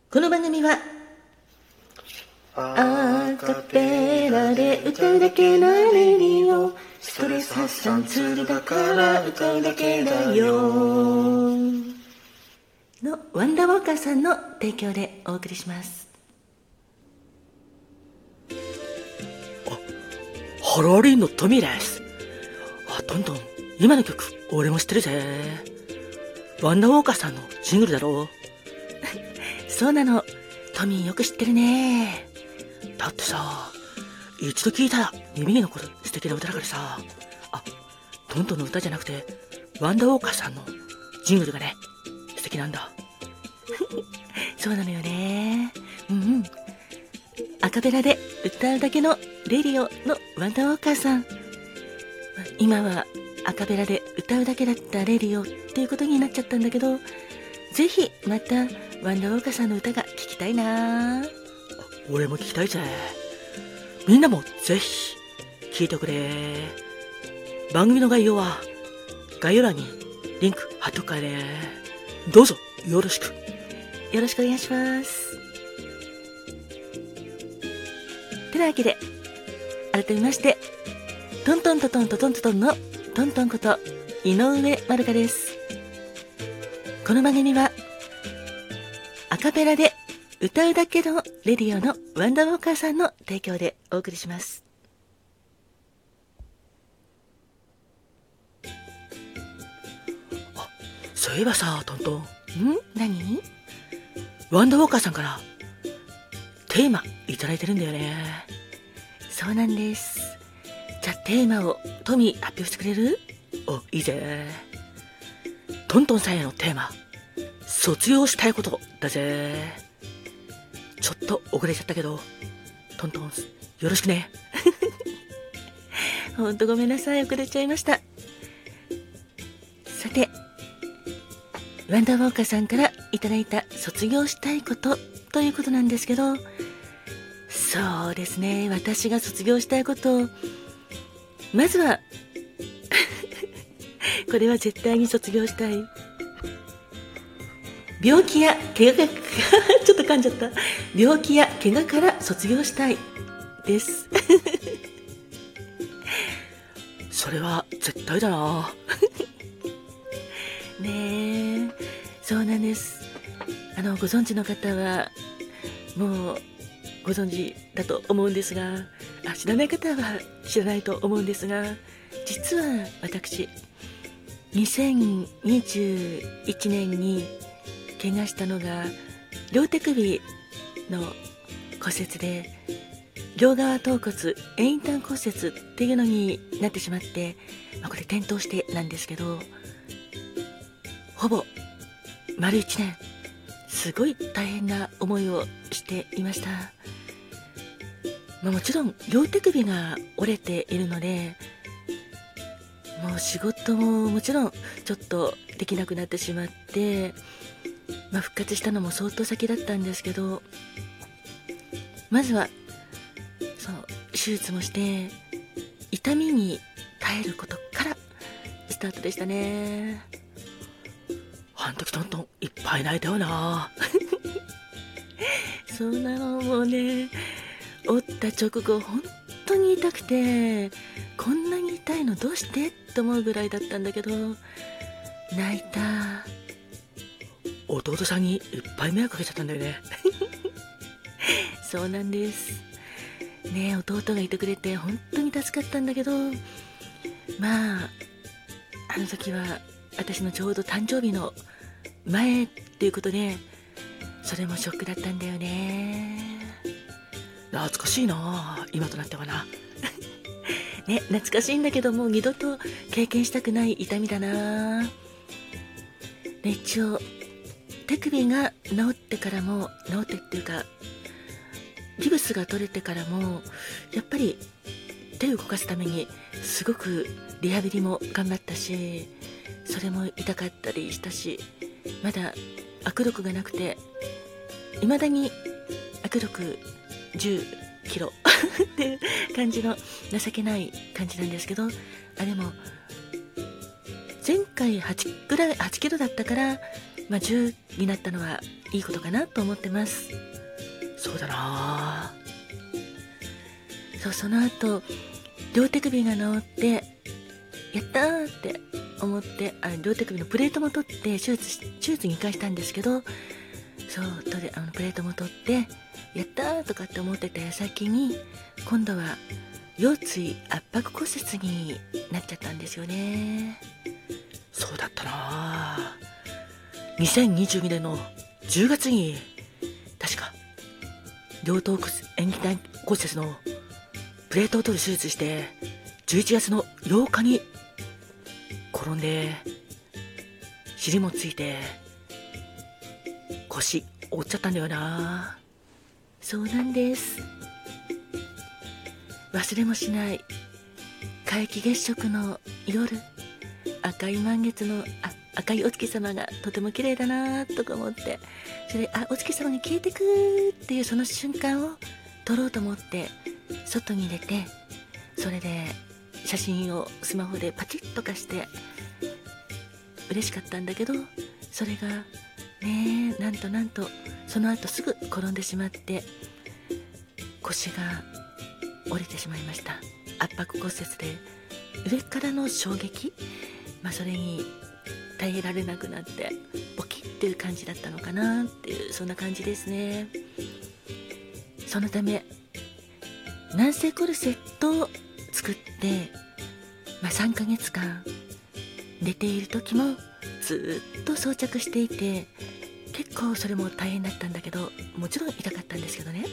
この番組はアカペラで歌うだけのレディオ、ストレス発散ツールだから歌うだけだよのワンダーウォーカーさんの提供でお送りします。 ハローリンのトミーです。トントン、今の曲俺も知ってるぜ。ワンダーウォーカーさんのジングルだろそうなの、トミーよく知ってるね。 だってさ、一度聴いたら耳に残る素敵な歌だからさ。トントンの歌じゃなくてワンダーウォーカーさんのジングルがね、素敵なんだそうなのよね。アカペラで歌うだけのレディオのワンダーウォーカーさん、今はアカペラで歌うだけだったレディオっていうことになっちゃったんだけど、ぜひまたワンダーウォーカーさんの歌が聴きたいな。 俺も聴きたいぜ。みんなもぜひ聴いてくれ。番組の概要は概要欄にリンク貼っとくからね。どうぞよろしくお願いします。てなわけで、改めましてトントントトントトントトンのトントンこと井上まるかです。この番組はアカペラで歌うだけのレディオのワンダーウォーカーさんの提供でお送りします。 そういえばさ、トントン、 何？ ワンダーウォーカーさんからテーマいただいてるんだよね。 そうなんです。じゃあテーマをトミー発表してくれる？ いいぜ。トントンさんへのテーマ、卒業したいことだぜ。ちょっと遅れちゃったけど、トントンよろしくねほんとごめんなさい、遅れちゃいました。さて、ワンダーウォーカーさんからいただいた卒業したいことということなんですけど、そうですね、私が卒業したいこと、まずはこれは絶対に卒業したい、病気や怪我がちょっと噛んじゃった。病気や怪我から卒業したいですそれは絶対だなねえ、そうなんです。ご存知の方はもうご存知だと思うんですが、知らない方は知らないと思うんですが、実は私2021年に怪我したのが両手首の骨折で、両側頭骨遠端骨折っていうのになってしまって、これ転倒してなんですけど、ほぼ丸1年すごい大変な思いをしていました。もちろん両手首が折れているので、もう仕事ももちろんちょっとできなくなってしまって、復活したのも相当先だったんですけど、まずは手術もして痛みに耐えることからスタートでしたね。 あん時トントンいっぱい泣いたよなそうなの、もうね、折った直後本当に痛くて、こんなに痛いのどうしてと思うぐらいだったんだけど、泣いた。 弟さんにいっぱい迷惑かけちゃったんだよねそうなんですね。弟がいてくれて本当に助かったんだけど、あの時は私のちょうど誕生日の前っていうことで、それもショックだったんだよね。 懐かしいな、今となってはなね、懐かしいんだけど、もう二度と経験したくない痛みだな。で、一応手首が治ってからも、治ってっていうかギブスが取れてからも、やっぱり手を動かすためにすごくリハビリも頑張ったし、それも痛かったりしたし、まだ握力がなくて、未だに握力10キロっていう感じの情けない感じなんですけど、でも前回8キロだったから 10になったのはいいことかなと思ってます。 そうだな。 そう、その後両手首が治ってやったーって思って、両手首のプレートも取って手術に1回したんですけど、そうプレートも取ってやったーとかって思ってた矢先に、今度は腰椎圧迫骨折になっちゃったんですよね。 そうだったな。2022年の10月に確か両頭縁起骨折のプレートを取る手術して、11月の8日に転んで尻もついて腰折っちゃったんだよな。 そうなんです。忘れもしない皆既月食の夜、赤い満月の赤いお月様がとても綺麗だなとか思って、それお月様に消えてくっていうその瞬間を撮ろうと思って外に出て、それで写真をスマホでパチッとかして嬉しかったんだけど、それがね、なんとその後すぐ転んでしまって腰が折れてしまいました。圧迫骨折で上からの衝撃、それに耐えられなくなってボキッっていう感じだったのかなっていう、そんな感じですね。そのため軟性コルセットを作って、3ヶ月間寝ている時もずっと装着していて、結構それも大変だったんだけど、もちろん痛かったんですけどね。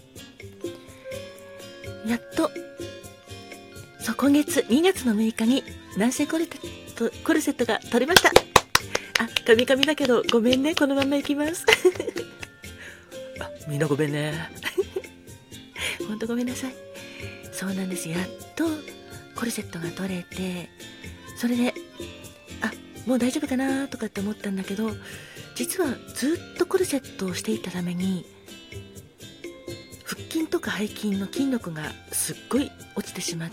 やっと今月2月の6日に軟性コルセットが取れました。カミカミだけどごめんね、このままいきますみんなごめんねほんとごめんなさい。そうなんです。やっとコルセットが取れて、それでもう大丈夫かなとかって思ったんだけど、実はずっとコルセットをしていたために腹筋とか背筋の筋力がすっごい落ちてしまって、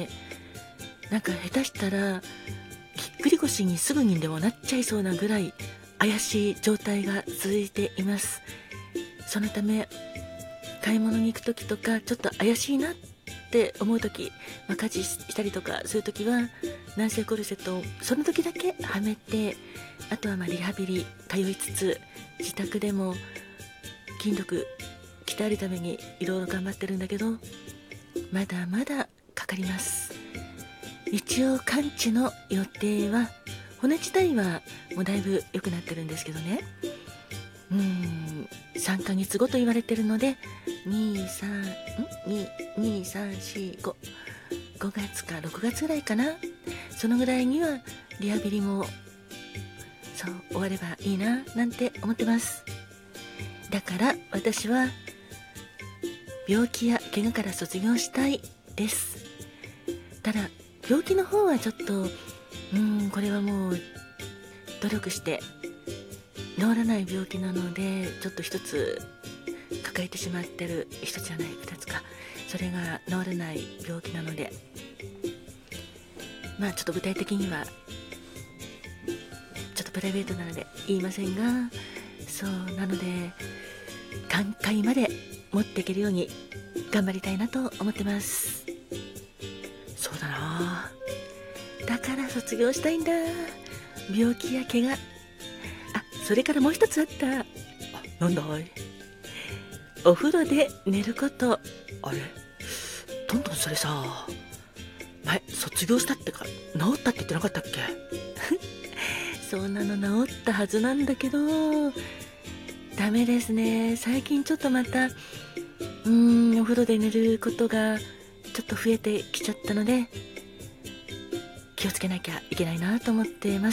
下手したらぎっくり腰にすぐにでもなっちゃいそうなぐらい怪しい状態が続いています。そのため買い物に行く時とか、ちょっと怪しいなって思う時、家事したりとかする時は軟性コルセットをその時だけはめて、あとはリハビリ通いつつ、自宅でも筋力鍛えるためにいろいろ頑張ってるんだけど、まだまだかかります。一応完治の予定は、骨自体はもうだいぶ良くなってるんですけどね、3ヶ月後と言われてるので、23455月か6月ぐらいかな、そのぐらいにはリハビリも終わればいいななんて思ってます。だから私は病気や怪我から卒業したいです。ただ病気の方はちょっとこれはもう努力して治らない病気なので、ちょっと一つ抱えてしまってる、一つじゃない二つか、それが治らない病気なので、ちょっと具体的にはちょっとプライベートなので言いませんが、なので寛解まで持っていけるように頑張りたいなと思ってます。 そうだな。 だから卒業したいんだ、病気や怪我。それからもう一つあった。 なんだい？ お風呂で寝ること。 あれ、トントンそれさ、前卒業したってか治ったって言ってなかったっけ？ そうなの、治ったはずなんだけどダメですね。最近ちょっとまたお風呂で寝ることがちょっと増えてきちゃったので、気をつけなきゃいけないなと思っています。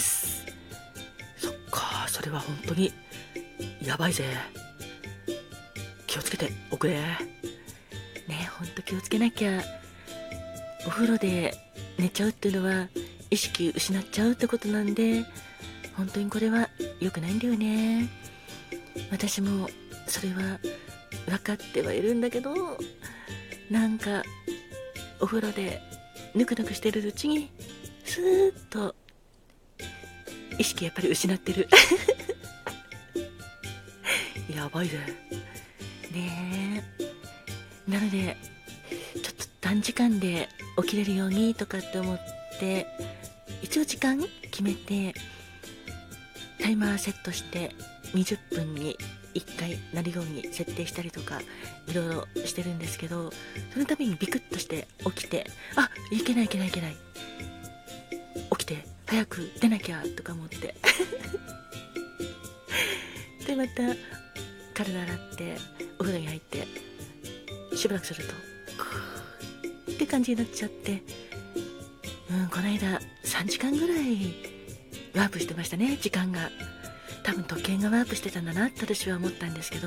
そっか、それは本当にやばいぜ。気をつけておくれね。 ほんと気をつけなきゃ。お風呂で寝ちゃうっていうのは意識失っちゃうってことなんで、本当にこれは良くないんだよね。私もそれは分かってはいるんだけど、お風呂でぬくぬくしてるうちにスーッと意識やっぱり失ってるやばいぜ。 ねえ。なのでちょっと短時間で起きれるようにとかって思って、一応時間決めてタイマーセットして20分に1回なるように設定したりとかいろいろしてるんですけど、その度にビクッとして起きて、あ、いけない起きて早く出なきゃとか思ってでまた体洗ってお風呂に入ってしばらくするとって感じになっちゃって、この間3時間ぐらいワープしてましたね、時間が。多分時計がワープしてたんだなって私は思ったんですけど。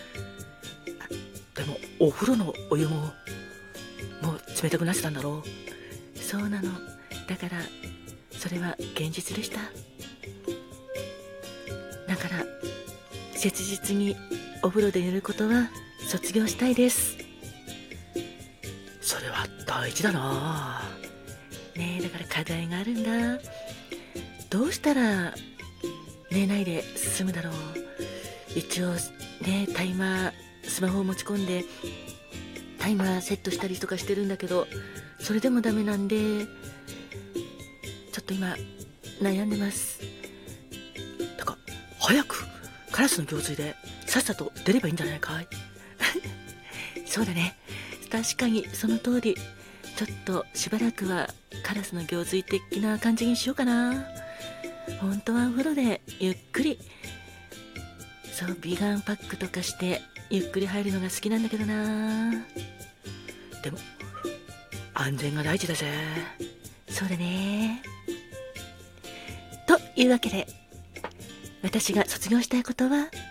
でもお風呂のお湯ももう冷たくなってたんだろう。そうなの。だからそれは現実でした。だから切実にお風呂で寝ることは卒業したいです。 それは大事だなねえ。だから課題があるんだ。どうしたら寝ないで済むだろう。一応ね、タイマースマホを持ち込んでタイマーセットしたりとかしてるんだけど、それでもダメなんでちょっと今悩んでます。 だから早くカラスの行水でさっさと出ればいいんじゃないかいそうだね、確かにその通り。ちょっとしばらくはカラスの行水的な感じにしようかな。本当はお風呂でゆっくり、そうビガンパックとかしてゆっくり入るのが好きなんだけどな。 でも安全が大事だぜ。 そうだね。というわけで私が卒業したいことは